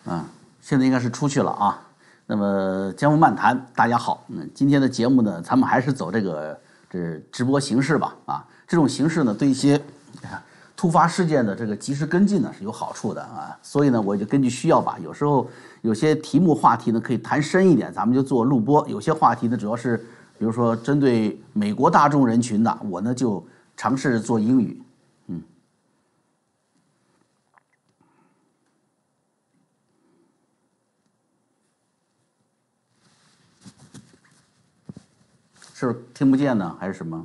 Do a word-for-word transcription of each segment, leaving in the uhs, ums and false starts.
嗯，现在应该是出去了啊。那么江湖漫谈，大家好。嗯，今天的节目呢，咱们还是走这个这直播形式吧。啊，这种形式呢，对一些突发事件的这个及时跟进呢是有好处的啊。所以呢，我就根据需要吧，有时候有些题目话题呢可以谈深一点，咱们就做录播；有些话题呢，主要是比如说针对美国大众人群的，我呢就尝试做英语。嗯。是听不见呢，还是什么？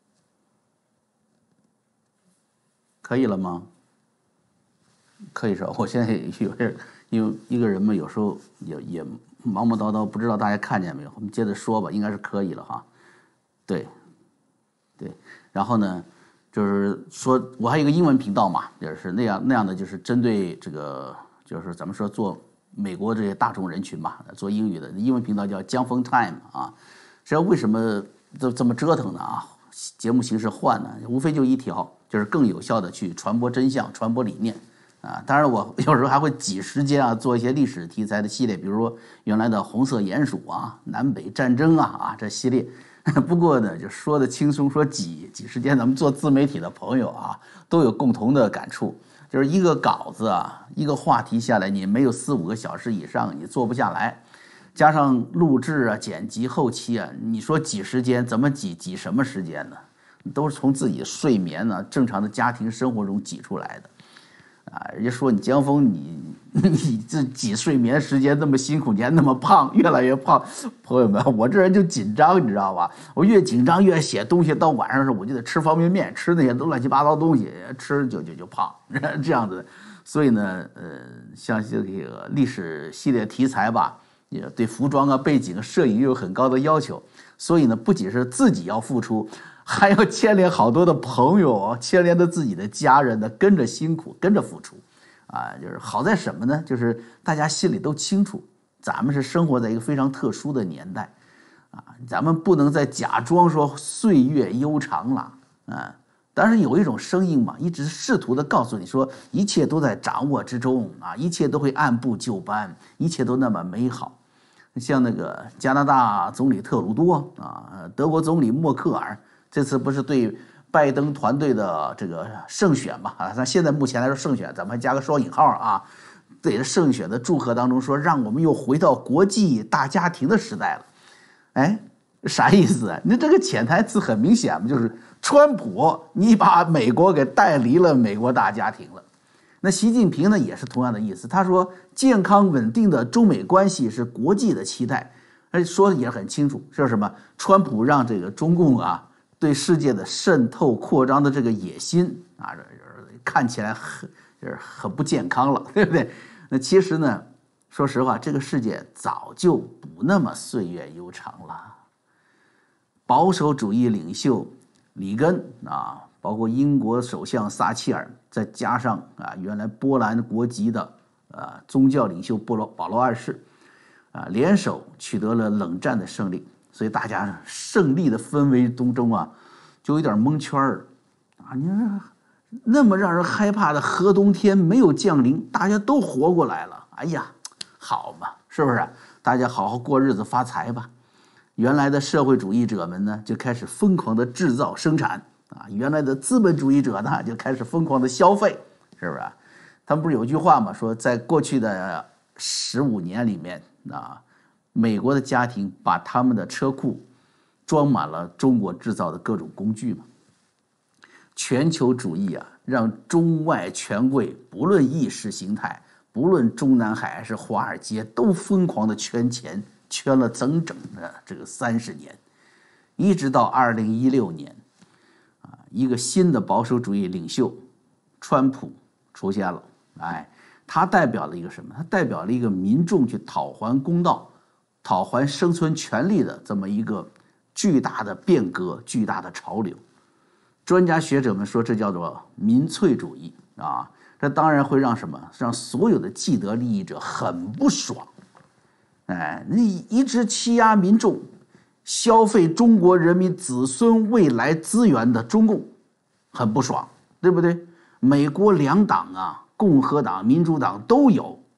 可以了吗？可以是吧？我现在有点，因为一个人嘛，有时候也也忙忙叨叨，不知道大家看见没有？我们接着说吧，应该是可以了哈。对，对，然后呢，就是说我还有一个英文频道嘛，就是那样那样的，就是针对这个，就是咱们说做美国这些大众人群嘛，做英语的英文频道叫江峰 Time 啊。实际上为什么这这么折腾呢啊？节目形式换呢，无非就一条，就是更有效的去传播真相、传播理念啊。当然，我有时候还会挤时间啊，做一些历史题材的系列，比如说原来的红色鼹鼠啊、南北战争啊啊这系列。不过呢，就说的轻松，说挤挤时间，咱们做自媒体的朋友啊，都有共同的感触，就是一个稿子啊，一个话题下来，你没有四五个小时以上，你做不下来。加上录制啊、剪辑、后期啊，你说挤时间怎么挤？挤什么时间呢？都是从自己睡眠呢、正常的家庭生活中挤出来的，啊！人家说你江峰，你你这挤睡眠时间那么辛苦，你还那么胖，越来越胖。朋友们，我这人就紧张，你知道吧？我越紧张越写东西，到晚上的时候我就得吃方便面，吃那些都乱七八糟东西，吃就就就胖，这样子。所以呢，呃，像这个历史系列题材吧。也对服装啊、背景啊、摄影有很高的要求，所以呢，不仅是自己要付出，还要牵连好多的朋友，牵连着自己的家人呢，跟着辛苦，跟着付出，啊，就是好在什么呢？就是大家心里都清楚，咱们是生活在一个非常特殊的年代，啊，咱们不能再假装说岁月悠长了，啊。但是有一种声音嘛，一直试图的告诉你说，一切都在掌握之中啊，一切都会按部就班，一切都那么美好。像那个加拿大总理特鲁多啊，德国总理默克尔，这次不是对拜登团队的这个胜选嘛？啊，咱现在目前来说胜选，咱们还加个双引号啊，对着胜选的祝贺当中说，让我们又回到国际大家庭的时代了。哎，啥意思啊？你这个潜台词很明显嘛，就是川普你把美国给带离了美国大家庭了。那习近平呢也是同样的意思，他说健康稳定的中美关系是国际的期待，而说的也很清楚，是什么？川普让这个中共啊对世界的渗透扩张的这个野心啊，看起来很就是很不健康了，对不对？那其实呢，说实话，这个世界早就不那么岁月悠长了。保守主义领袖里根啊，包括英国首相撒切尔，再加上啊原来波兰国籍的啊宗教领袖保罗保罗二世，啊联手取得了冷战的胜利，所以大家胜利的氛围当中啊，就有点蒙圈儿啊！你说那么让人害怕的核冬天没有降临，大家都活过来了，哎呀，好嘛，是不是？大家好好过日子，发财吧。原来的社会主义者们呢，就开始疯狂的制造生产啊；原来的资本主义者呢，就开始疯狂的消费，是不是？他们不是有句话吗？说在过去的十五年里面啊，美国的家庭把他们的车库装满了中国制造的各种工具嘛。全球主义啊，让中外权贵不论意识形态，不论中南海还是华尔街，都疯狂的圈钱。圈了整整的这个三十年，一直到二零一六年，啊，一个新的保守主义领袖川普出现了。哎，他代表了一个什么？他代表了一个民众去讨还公道、讨还生存权利的这么一个巨大的变革、巨大的潮流。专家学者们说，这叫做民粹主义啊！这当然会让什么？让所有的既得利益者很不爽。哎，那一直欺压民众、消费中国人民子孙未来资源的中共，很不爽，对不对？美国两党啊，共和党、民主党都有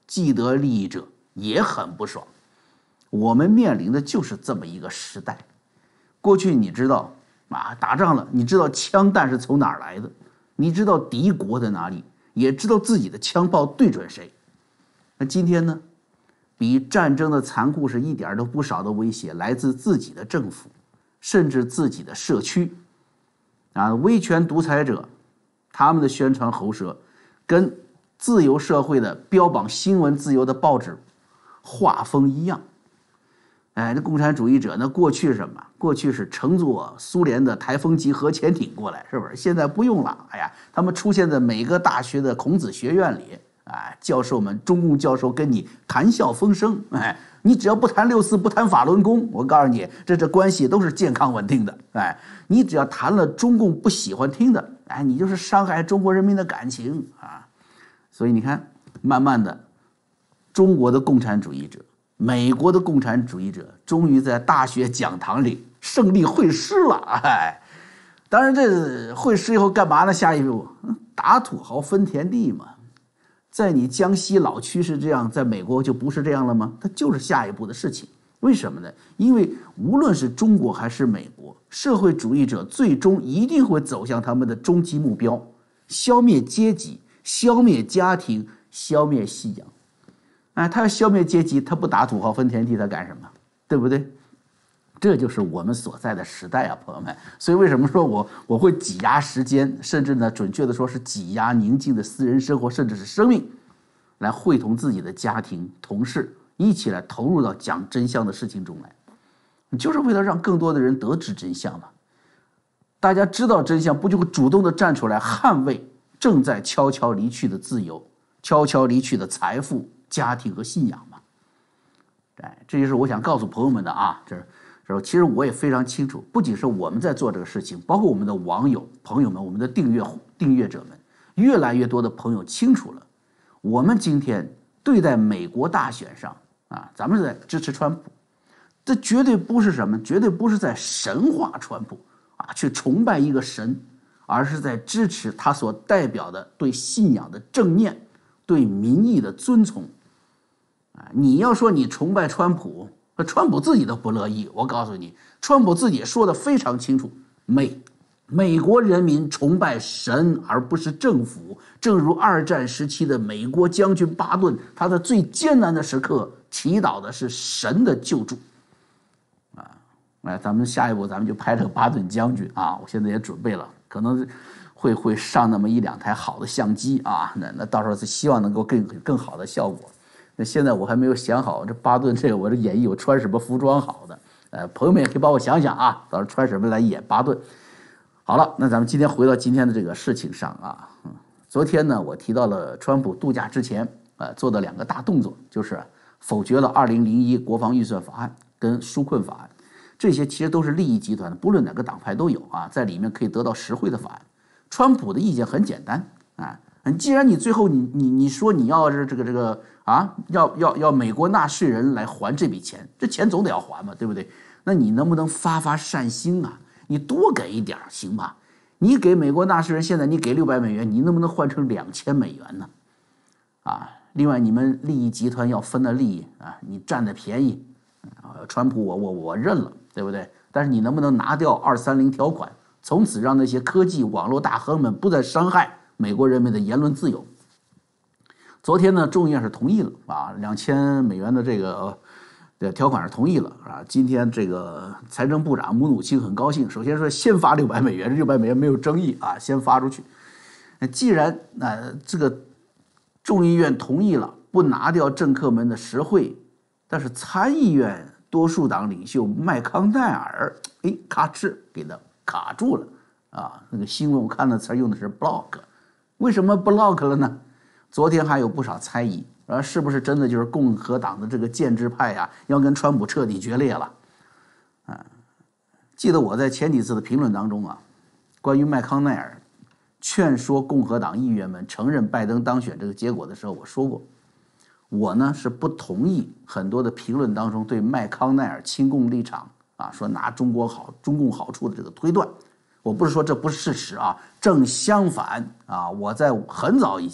既得利益者也很不爽。我们面临的就是这么一个时代。过去你知道啊，打仗了，你知道枪弹是从哪儿来的，你知道敌国在哪里，也知道自己的枪炮对准谁。那今天呢，比战争的残酷是一点都不少的威胁来自自己的政府，甚至自己的社区。啊，威权独裁者他们的宣传喉舌跟自由社会的标榜新闻自由的报纸画风一样。哎，那共产主义者那过去是什么？过去是乘坐苏联的台风级核潜艇过来，是不是？现在不用了。哎呀，他们出现在每个大学的孔子学院里，哎，教授们，中共教授跟你谈笑风生。哎，你只要不谈六四，不谈法轮功，我告诉你，这这关系都是健康稳定的。哎，你只要谈了中共不喜欢听的，哎，你就是伤害中国人民的感情啊。所以你看，慢慢的，中国的共产主义者。美国的共产主义者终于在大学讲堂里胜利会师了，哎，当然这会师以后干嘛呢？下一步打土豪分田地嘛。在你江西老区是这样，在美国就不是这样了吗？它就是下一步的事情。为什么呢？因为无论是中国还是美国，社会主义者最终一定会走向他们的终极目标：消灭阶级，消灭家庭，消灭信仰。哎，他要消灭阶级，他不打土豪分田地，他干什么？对不对？这就是我们所在的时代啊，朋友们。所以为什么说我我会挤压时间，甚至呢，准确的说是挤压宁静的私人生活，甚至是生命，来会同自己的家庭、同事一起来投入到讲真相的事情中来，就是为了让更多的人得知真相嘛。大家知道真相，不就会主动的站出来捍卫正在悄悄离去的自由、悄悄离去的财富、家庭和信仰嘛？哎，这就是我想告诉朋友们的啊。这这其实我也非常清楚，不仅是我们在做这个事情，包括我们的网友朋友们、我们的订阅订阅者们，越来越多的朋友清楚了，我们今天对待美国大选上啊，咱们是在支持川普，这绝对不是什么，绝对不是在神化川普啊，去崇拜一个神，而是在支持他所代表的对信仰的正念。对民意的遵从，啊，你要说你崇拜川普，川普自己都不乐意。我告诉你，川普自己说的非常清楚，美美国人民崇拜神而不是政府。正如二战时期的美国将军巴顿，他在最艰难的时刻祈祷的是神的救助。啊，来，咱们下一步咱们就拍这个巴顿将军啊，我现在也准备了，可能。会会上那么一两台好的相机啊，那那到时候是希望能够更更好的效果。那现在我还没有想好这巴顿这个我这演绎我穿什么服装好的，呃，朋友们也可以帮我想想啊，到时候穿什么来演巴顿。好了，那咱们今天回到今天的这个事情上啊，嗯，昨天呢我提到了川普度假之前呃做的两个大动作，就是否决了二零零一国防预算法案跟纾困法案，这些其实都是利益集团的，不论哪个党派都有啊，在里面可以得到实惠的法案。川普的意见很简单啊，既然你最后你你你说你要是这个这个啊，要要要美国纳税人来还这笔钱，这钱总得要还嘛，对不对？那你能不能发发善心啊？你多给一点行吧？你给美国纳税人，现在你给六百美元，你能不能换成两千美元呢？啊，另外你们利益集团要分的利益啊，你占的便宜啊，川普我我我认了，对不对？但是你能不能拿掉二三零条款？从此让那些科技网络大亨们不再伤害美国人民的言论自由。昨天呢，众议院是同意了啊，两千美元的这个的条款是同意了啊。今天这个财政部长姆努钦很高兴，首先说先发六百美元，这六百美元没有争议啊，先发出去。既然呃这个众议院同意了，不拿掉政客们的实惠，但是参议院多数党领袖麦康奈尔，哎，咔哧给他卡住了啊！那个新闻我看的词用的是 block， 为什么 block 了呢？昨天还有不少猜疑，啊，是不是真的就是共和党的这个建制派呀、啊，要跟川普彻底决裂了？啊，记得我在前几次的评论当中啊，关于麦康奈尔劝说共和党议员们承认拜登当选这个结果的时候，我说过，我呢是不同意很多的评论当中对麦康奈尔亲共立场。啊，说拿中国好中共好处的这个推断，我不是说这不是事实啊，正相反啊，我在很早以前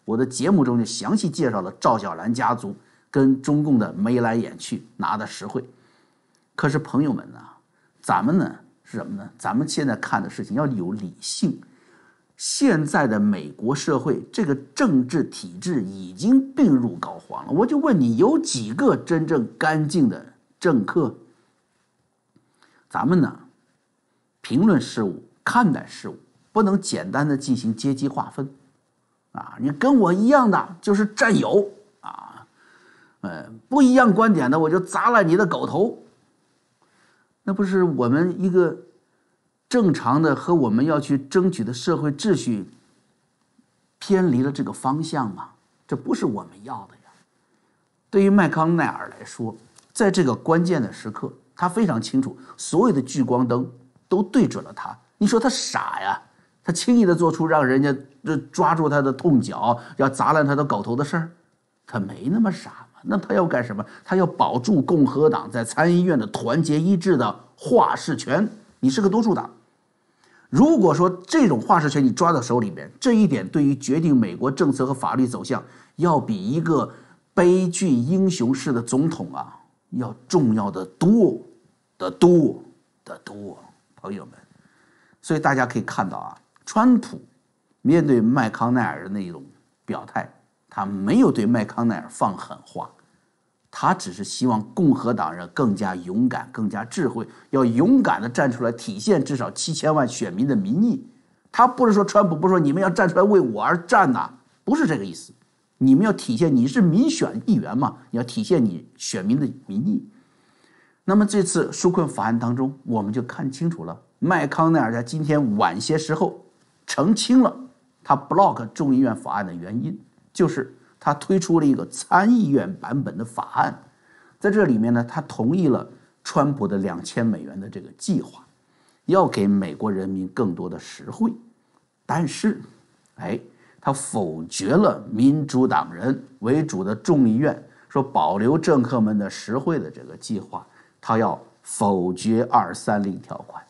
我的节目中就详细介绍了赵小兰家族跟中共的眉来眼去拿的实惠。可是朋友们呢，咱们呢是什么呢？咱们现在看的事情要有理性。现在的美国社会这个政治体制已经病入膏肓了，我就问你，有几个真正干净的政客？咱们呢，评论事物、看待事物，不能简单的进行阶级划分啊！你跟我一样的就是战友啊，呃，不一样观点的我就砸烂你的狗头。那不是我们一个正常的和我们要去争取的社会秩序偏离了这个方向吗？这不是我们要的呀。对于麦康奈尔来说，在这个关键的时刻，他非常清楚，所有的聚光灯都对准了他。你说他傻呀？他轻易的做出让人家抓住他的痛脚，要砸烂他的狗头的事儿，他没那么傻嘛？那他要干什么？他要保住共和党在参议院的团结一致的话事权。你是个多数党，如果说这种话事权你抓到手里边，这一点对于决定美国政策和法律走向，要比一个悲剧英雄式的总统啊，要重要的多得多得多，朋友们。所以大家可以看到啊，川普面对麦康奈尔的那种表态，他没有对麦康奈尔放狠话，他只是希望共和党人更加勇敢，更加智慧，要勇敢地站出来，体现至少七千万选民的民意。他不是说川普不是说你们要站出来为我而战呐、啊，不是这个意思。你们要体现你是民选议员嘛，你要体现你选民的民意。那么这次纾困法案当中，我们就看清楚了，麦康奈尔在今天晚些时候澄清了他 block 众议院法案的原因，就是他推出了一个参议院版本的法案，在这里面呢，他同意了川普的两千美元的这个计划，要给美国人民更多的实惠，但是，哎，他否决了民主党人为主的众议院说保留政客们的实惠的这个计划，他要否决二三零条款。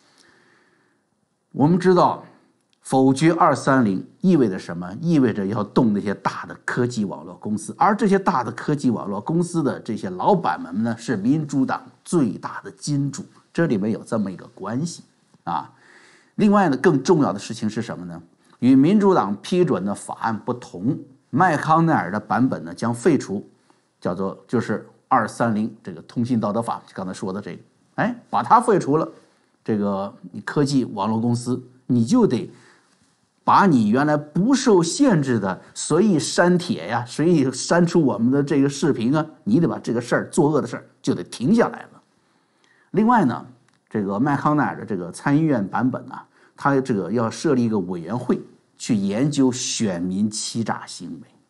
我们知道，否决二三零意味着什么？意味着要动那些大的科技网络公司，而这些大的科技网络公司的这些老板们呢，是民主党最大的金主，这里面有这么一个关系啊。另外呢，更重要的事情是什么呢？与民主党批准的法案不同，麦康奈尔的版本呢将废除，叫做就是二三零这个通信道德法，刚才说的这个，哎，把它废除了。这个你科技网络公司，你就得把你原来不受限制的随意删帖呀，随意删除我们的这个视频啊，你得把这个事儿作恶的事儿就得停下来了。另外呢，这个麦康奈尔的这个参议院版本呢、啊，他这个要设立一个委员会去研究选民欺诈行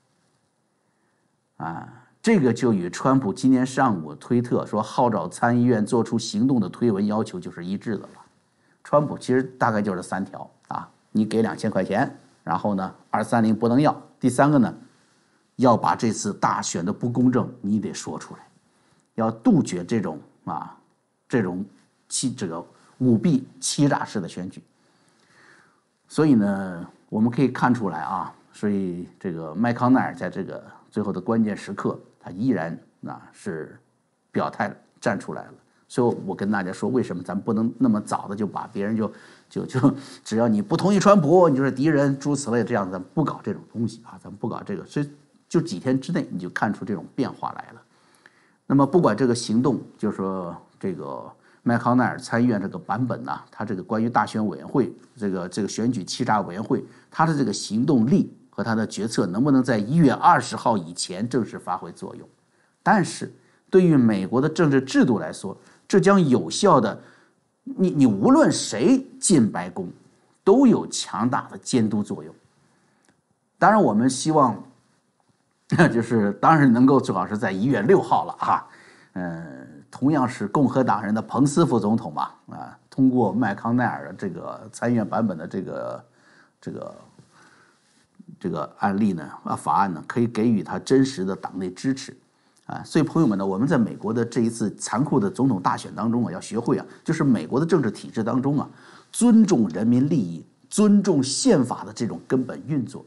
为，啊。这个就与川普今天上午推特说号召参议院做出行动的推文要求就是一致的了。川普其实大概就是三条啊，你给两千块钱，然后呢二三零不能要，第三个呢，要把这次大选的不公正你得说出来，要杜绝这种啊这种欺这个舞弊欺诈式的选举。所以呢，我们可以看出来啊，所以这个麦康奈尔在这个最后的关键时刻，他依然啊是表态了，站出来了。所以我跟大家说，为什么咱们不能那么早的就把别人就就就只要你不同意川普，你就是敌人，诸如此类这样，咱们不搞这种东西啊，咱们不搞这个。所以就几天之内你就看出这种变化来了。那么不管这个行动，就是说这个麦康奈尔参议院这个版本呢、啊，他这个关于大选委员会这个这个选举欺诈委员会，他的这个行动力和他的决策能不能在一月二十号以前正式发挥作用？但是对于美国的政治制度来说，这将有效的，你你无论谁进白宫，都有强大的监督作用。当然，我们希望，就是当然能够最好是在一月六号了啊，嗯，同样是共和党人的彭斯副总统嘛，啊，通过麦康奈尔的这个参议院版本的这个这个。这个案例呢，啊，法案呢，可以给予他真实的党内支持，啊，所以朋友们呢，我们在美国的这一次残酷的总统大选当中啊，要学会啊，就是美国的政治体制当中啊，尊重人民利益，尊重宪法的这种根本运作。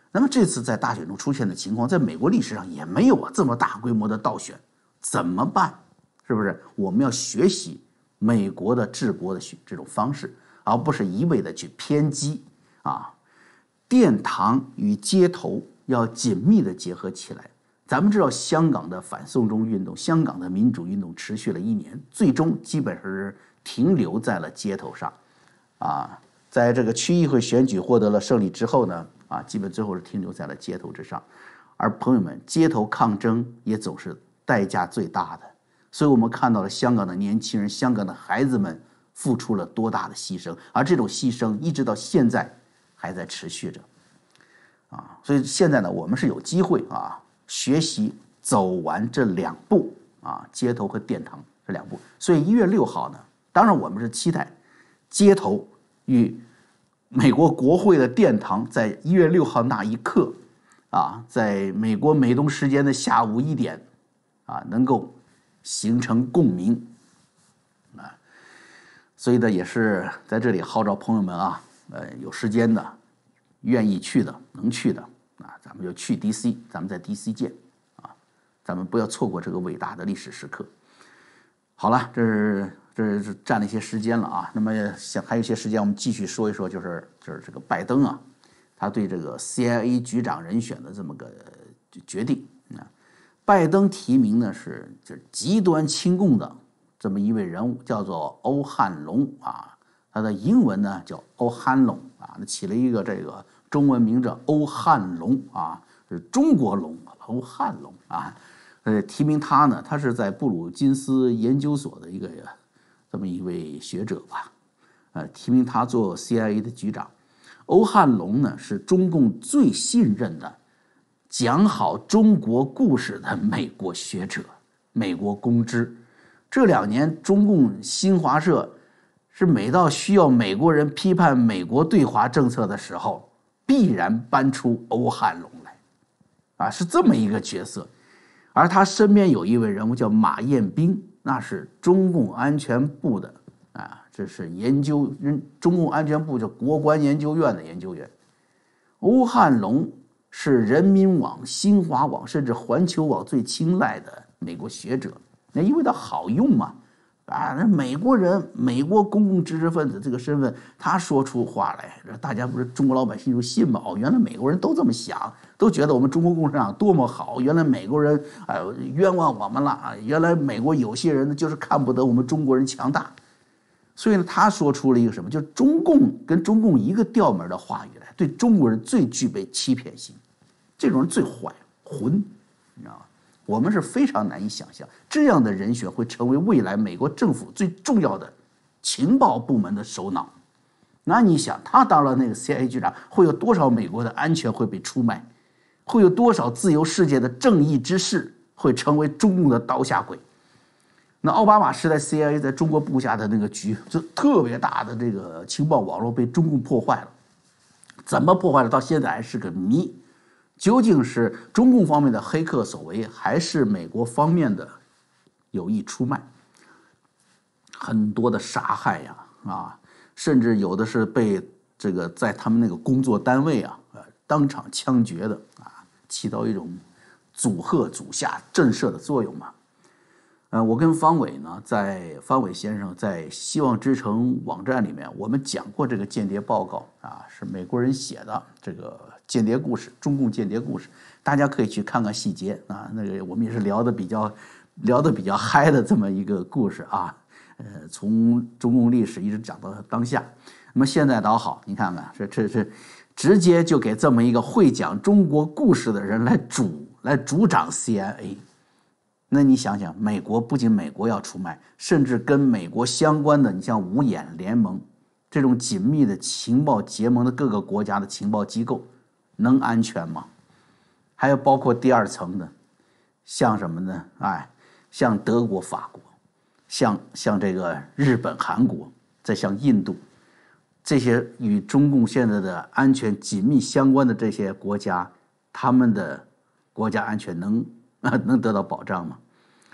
那么这次在大选中出现的情况，在美国历史上也没有啊这么大规模的倒选，怎么办？是不是我们要学习美国的治国的这种方式，而不是一味的去偏激啊？殿堂与街头要紧密的结合起来。咱们知道，香港的反送中运动、香港的民主运动持续了一年，最终基本上是停留在了街头上，啊，在这个区议会选举获得了胜利之后呢，啊，基本最后是停留在了街头之上。而朋友们，街头抗争也总是代价最大的，所以我们看到了香港的年轻人、香港的孩子们付出了多大的牺牲，而这种牺牲一直到现在还在持续着，啊，所以现在呢，我们是有机会啊。学习走完这两步啊，街头和殿堂这两步。所以一月六号呢，当然我们是期待街头与美国国会的殿堂在一月六号那一刻啊，在美国美东时间的下午一点啊，能够形成共鸣啊。所以呢，也是在这里号召朋友们啊，呃，有时间的、愿意去的、能去的。啊，咱们就去 D C， 咱们在 D C 见啊，咱们不要错过这个伟大的历史时刻。好了，这是这是占了一些时间了啊。那么想还有一些时间，我们继续说一说，就是就是这个拜登啊，他对这个 C I A 局长人选的这么个决定啊。拜登提名呢是就是极端亲共的这么一位人物，叫做欧汉龙啊，他的英文呢叫欧汉龙啊，那起了一个这个。中文名叫欧汉龙啊，是中国龙，欧汉龙啊。呃，提名他呢，他是在布鲁金斯研究所的一个这么一位学者吧，呃，提名他做 C I A 的局长。欧汉龙呢，是中共最信任的讲好中国故事的美国学者、美国公知。这两年，中共新华社是每到需要美国人批判美国对华政策的时候，必然搬出欧汉龙来，啊，是这么一个角色。而他身边有一位人物叫马彦斌，那是中共安全部的啊，这是研究中共安全部叫国关研究院的研究员。欧汉龙是人民网、新华网甚至环球网最青睐的美国学者，那因为他好用嘛。啊，那美国人、美国公共知识分子这个身份，他说出话来，大家不是中国老百姓就信吗？哦，原来美国人都这么想，都觉得我们中国共产党多么好。原来美国人哎、呃、冤枉我们了啊！原来美国有些人呢就是看不得我们中国人强大，所以呢，他说出了一个什么，就是中共跟中共一个调门的话语来，对中国人最具备欺骗性，这种人最坏，混，你知道吗？我们是非常难以想象，这样的人选会成为未来美国政府最重要的情报部门的首脑。那你想，他当了那个 C I A 局长，会有多少美国的安全会被出卖？会有多少自由世界的正义之士会成为中共的刀下鬼？那奥巴马时代 C I A 在中国布下的那个局，就特别大的这个情报网络被中共破坏了，怎么破坏了？到现在还是个谜。究竟是中共方面的黑客所为，还是美国方面的有意出卖？很多的杀害呀，啊，甚至有的是被这个在他们那个工作单位啊，呃，当场枪决的啊，起到一种阻吓、阻吓、震慑的作用嘛。呃，我跟方伟呢，在方伟先生在希望之城网站里面，我们讲过这个间谍报告啊，是美国人写的这个间谍故事，中共间谍故事，大家可以去看看细节啊。那个我们也是聊的比较聊的比较嗨的这么一个故事啊，呃，从中共历史一直讲到当下。那么现在倒好，你看看这这这，直接就给这么一个会讲中国故事的人来主来主掌 C I A。那你想想，美国不仅美国要出卖，甚至跟美国相关的，你像五眼联盟这种紧密的情报结盟的各个国家的情报机构，能安全吗？还有包括第二层的，像什么呢？哎，像德国、法国，像像这个日本、韩国，再像印度，这些与中共现在的安全紧密相关的这些国家，他们的国家安全能能得到保障吗？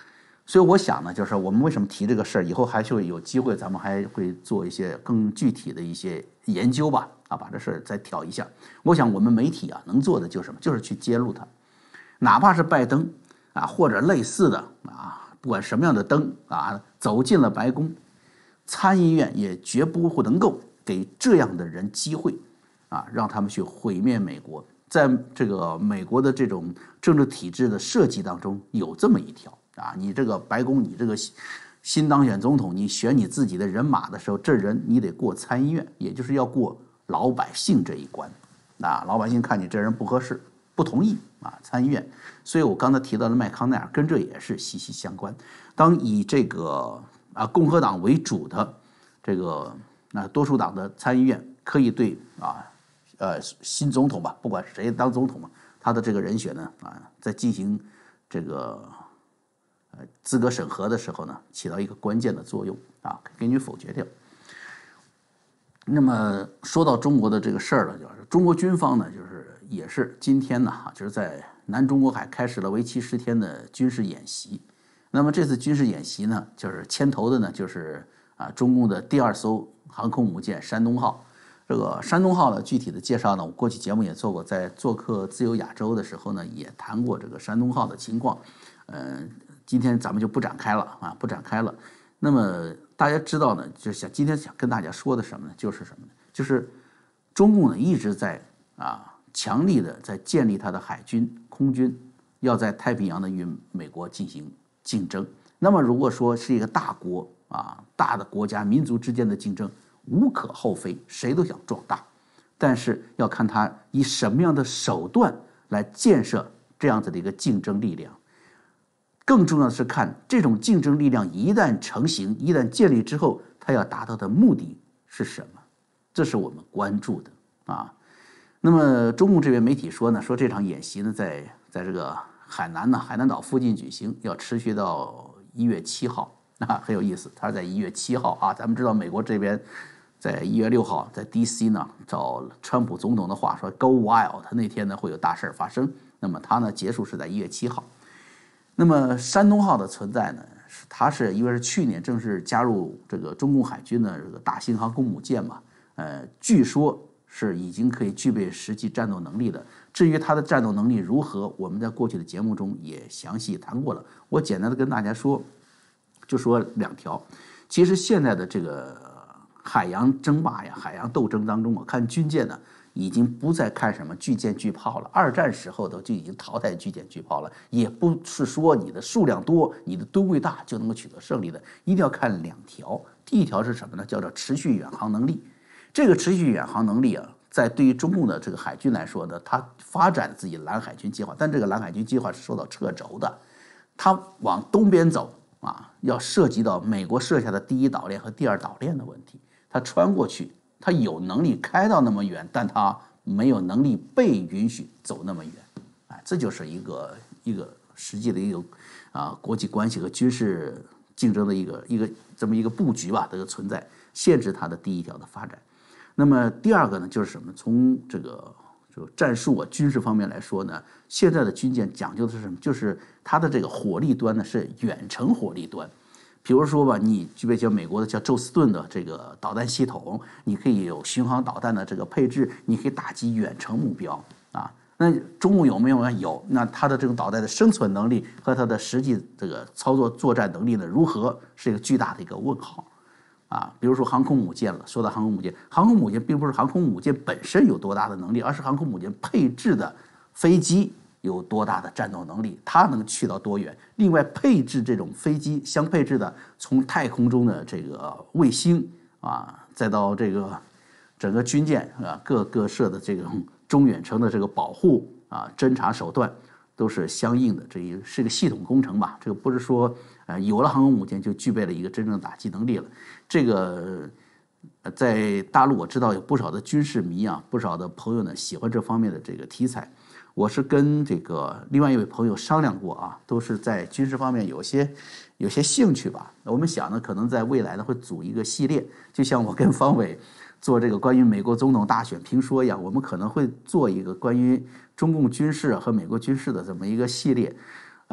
所以我想呢，就是我们为什么提这个事儿，以后还会有机会，咱们还会做一些更具体的一些研究吧，啊，把这事儿再挑一下。我想我们媒体啊能做的就是什么，就是去揭露它，哪怕是拜登啊或者类似的啊，不管什么样的登啊，走进了白宫，参议院也绝不能够给这样的人机会啊，让他们去毁灭美国。在这个美国的这种政治体制的设计当中，有这么一条啊，你这个白宫，你这个新当选总统，你选你自己的人马的时候，这人你得过参议院，也就是要过老百姓这一关啊。老百姓看你这人不合适，不同意啊，参议院。所以我刚才提到的麦康奈尔跟这也是息息相关。当以这个啊共和党为主的这个啊多数党的参议院可以对啊。呃，新总统吧，不管谁当总统嘛，他的这个人选呢，啊，在进行这个呃资格审核的时候呢，起到一个关键的作用啊，给你否决掉。那么说到中国的这个事儿了，就是中国军方呢，就是也是今天呢，哈，就是在南中国海开始了为期十天的军事演习。那么这次军事演习呢，就是牵头的呢，就是啊中共的第二艘航空母舰山东号。这个山东号的具体的介绍呢，我过去节目也做过，在做客自由亚洲的时候呢，也谈过这个山东号的情况。呃，今天咱们就不展开了啊，不展开了。那么大家知道呢，就是想今天想跟大家说的什么呢？就是什么呢？就是中共呢一直在啊强力的在建立它的海军、空军，要在太平洋呢与美国进行竞争。那么如果说是一个大国啊，大的国家民族之间的竞争，无可厚非，谁都想壮大，但是要看他以什么样的手段来建设这样子的一个竞争力量。更重要的是看这种竞争力量一旦成型，一旦建立之后，它要达到的目的是什么？这是我们关注的啊。那么中共这边媒体说呢，说这场演习呢，在在这个海南呢，海南岛附近举行，要持续到一月七号啊，很有意思。他是在一月七号啊，咱们知道美国这边。在一月六号，在 D C 呢，照川普总统的话说 "Go wild"， 他那天呢会有大事发生。那么他呢结束是在一月七号。那么山东号的存在呢，它是因为是去年正式加入这个中共海军的这个大型航空母舰嘛，呃，据说是已经可以具备实际战斗能力的。至于它的战斗能力如何，我们在过去的节目中也详细谈过了。我简单的跟大家说，就说两条。其实现在的这个。海洋争霸呀，海洋斗争当中，我看军舰呢，已经不再看什么巨舰巨炮了。二战时候都就已经淘汰巨舰巨炮了，也不是说你的数量多、你的吨位大就能够取得胜利的，一定要看两条。第一条是什么呢？叫做持续远航能力。这个持续远航能力啊，在对于中共的这个海军来说呢，它发展自己蓝海军计划，但这个蓝海军计划是受到掣肘的，它往东边走啊，要涉及到美国设下的第一岛链和第二岛链的问题。它穿过去，它有能力开到那么远，但它没有能力被允许走那么远，哎，这就是一个一个实际的一个啊国际关系和军事竞争的一个一个这么一个布局吧，这个存在限制它的第一条的发展。那么第二个呢，就是什么？从这个就战术啊军事方面来说呢，现在的军舰讲究的是什么？就是它的这个火力端呢是远程火力端。比如说吧，你具备像美国的叫宙斯盾的这个导弹系统，你可以有巡航导弹的这个配置，你可以打击远程目标啊。那中共有没有呢？有。那它的这种导弹的生存能力和它的实际这个操作作战能力呢，如何是一个巨大的一个问号啊。比如说航空母舰了，说到航空母舰，航空母舰并不是航空母舰本身有多大的能力，而是航空母舰配置的飞机。有多大的战斗能力，它能去到多远？另外，配置这种飞机相配置的，从太空中的这个卫星啊，再到这个整个军舰啊，各各设的这种中远程的这个保护啊、侦察手段，都是相应的。这一是个系统工程吧？这个不是说呃有了航空母舰就具备了一个真正打击能力了。这个在大陆我知道有不少的军事迷啊，不少的朋友呢喜欢这方面的这个题材。我是跟这个另外一位朋友商量过啊，都是在军事方面有些有些兴趣吧。我们想呢，可能在未来呢会组一个系列，就像我跟方伟做这个关于美国总统大选评说一样，我们可能会做一个关于中共军事和美国军事的这么一个系列。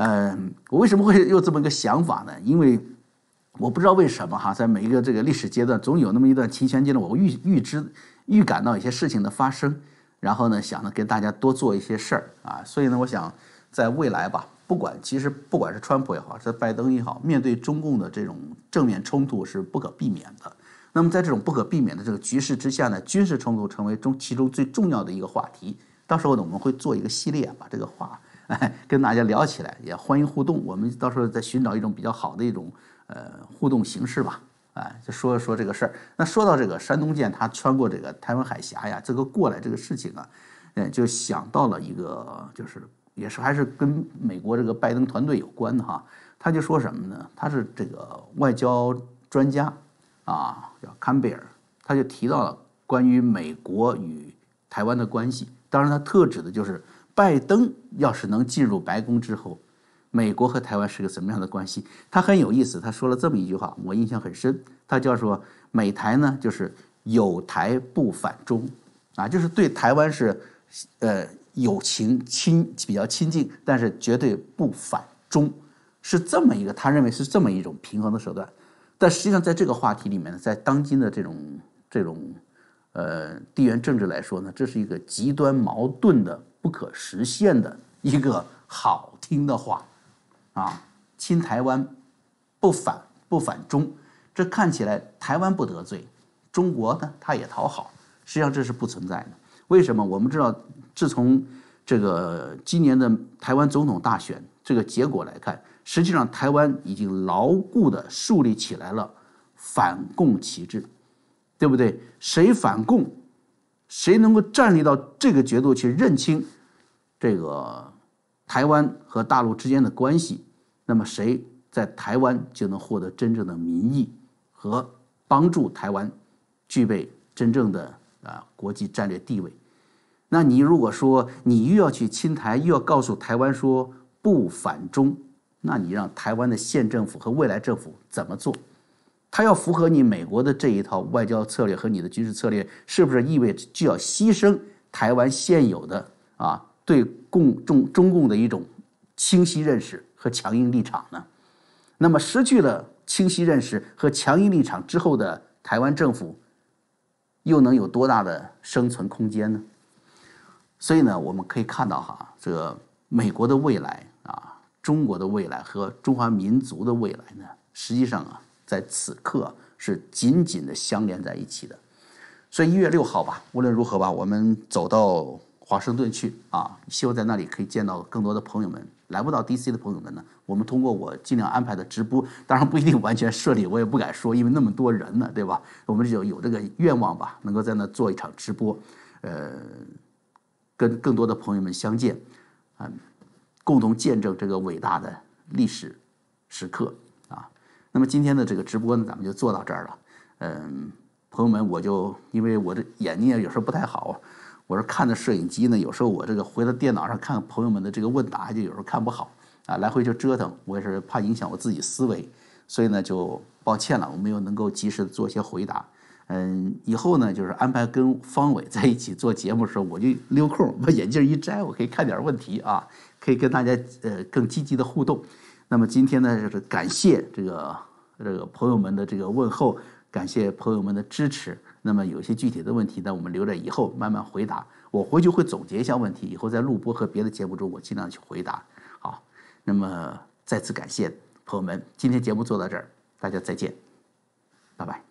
嗯，我为什么会有这么一个想法呢？因为我不知道为什么哈，在每一个这个历史阶段，总有那么一段期间阶段，我预预知、预感到一些事情的发生，然后呢，想呢跟大家多做一些事儿啊。所以呢，我想在未来吧，不管其实不管是川普也好，是拜登也好，面对中共的这种正面冲突是不可避免的。那么在这种不可避免的这个局势之下呢，军事冲突成为中其中最重要的一个话题。到时候呢，我们会做一个系列，把这个话哎跟大家聊起来，也欢迎互动。我们到时候再寻找一种比较好的一种呃互动形式吧，哎，就说说这个事儿。那说到这个山东舰它穿过这个台湾海峡呀，这个过来这个事情啊，嗯，就想到了一个，就是也是还是跟美国这个拜登团队有关的哈。他就说什么呢？他是这个外交专家啊，叫坎贝尔，他就提到了关于美国与台湾的关系。当然，他特指的就是拜登要是能进入白宫之后，美国和台湾是个什么样的关系？他很有意思，他说了这么一句话，我印象很深。他叫说美台呢，就是有台不反中，啊，就是对台湾是呃友情亲比较亲近，但是绝对不反中，是这么一个他认为是这么一种平衡的手段。但实际上在这个话题里面呢，在当今的这种这种。呃，地缘政治来说呢，这是一个极端矛盾的、不可实现的一个好听的话，啊，亲台湾，不反不反中，这看起来台湾不得罪，中国呢他也讨好，实际上这是不存在的。为什么？我们知道，自从这个今年的台湾总统大选这个结果来看，实际上台湾已经牢固地树立起来了反共旗帜。对不对？谁反共，谁能够站立到这个角度去认清这个台湾和大陆之间的关系，那么谁在台湾就能获得真正的民意和帮助台湾具备真正的啊国际战略地位。那你如果说你又要去亲台，又要告诉台湾说不反中，那你让台湾的县政府和未来政府怎么做？他要符合你美国的这一套外交策略和你的军事策略，是不是意味着就要牺牲台湾现有的啊对共中中共的一种清晰认识和强硬立场呢？那么失去了清晰认识和强硬立场之后的台湾政府，又能有多大的生存空间呢？所以呢，我们可以看到哈，这个美国的未来啊，中国的未来和中华民族的未来呢，实际上啊。在此刻是紧紧的相连在一起的，所以一月六号吧，无论如何吧，我们走到华盛顿去啊，希望在那里可以见到更多的朋友们。来不到 D C 的朋友们呢，我们通过我尽量安排的直播，当然不一定完全顺利，我也不敢说，因为那么多人呢，对吧？我们就有这个愿望吧，能够在那做一场直播，呃，跟更多的朋友们相见，啊，共同见证这个伟大的历史时刻啊。那么今天的这个直播呢，咱们就做到这儿了。嗯，朋友们，我就因为我的眼睛有时候不太好，我是看着摄影机呢，有时候我这个回到电脑上看朋友们的这个问答，就有时候看不好啊，来回就折腾，我也是怕影响我自己思维，所以呢就抱歉了，我没有能够及时的做一些回答。嗯，以后呢就是安排跟方伟在一起做节目的时候，我就溜空把眼镜一摘，我可以看点问题啊，可以跟大家呃更积极的互动。那么今天呢，就是感谢这个这个朋友们的这个问候，感谢朋友们的支持。那么有一些具体的问题呢，我们留着以后慢慢回答。我回去会总结一下问题，以后在录播和别的节目中，我尽量去回答。好，那么再次感谢朋友们，今天节目做到这儿，大家再见，拜拜。